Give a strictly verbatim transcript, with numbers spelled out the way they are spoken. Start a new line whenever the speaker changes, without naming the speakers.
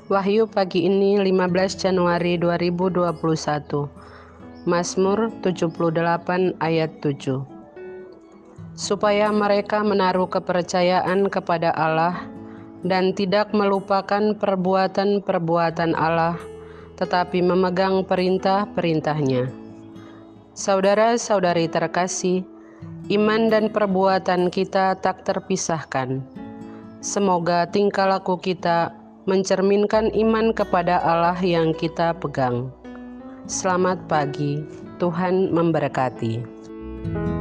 Wahyu pagi ini lima belas Januari dua ribu dua puluh satu. Mazmur tujuh puluh delapan ayat tujuh. Supaya mereka menaruh kepercayaan kepada Allah dan tidak melupakan perbuatan-perbuatan Allah, tetapi memegang perintah-perintahnya. Saudara-saudari terkasih, iman dan perbuatan kita tak terpisahkan. Semoga tingkah laku kita mencerminkan iman kepada Allah yang kita pegang. Selamat pagi, Tuhan memberkati.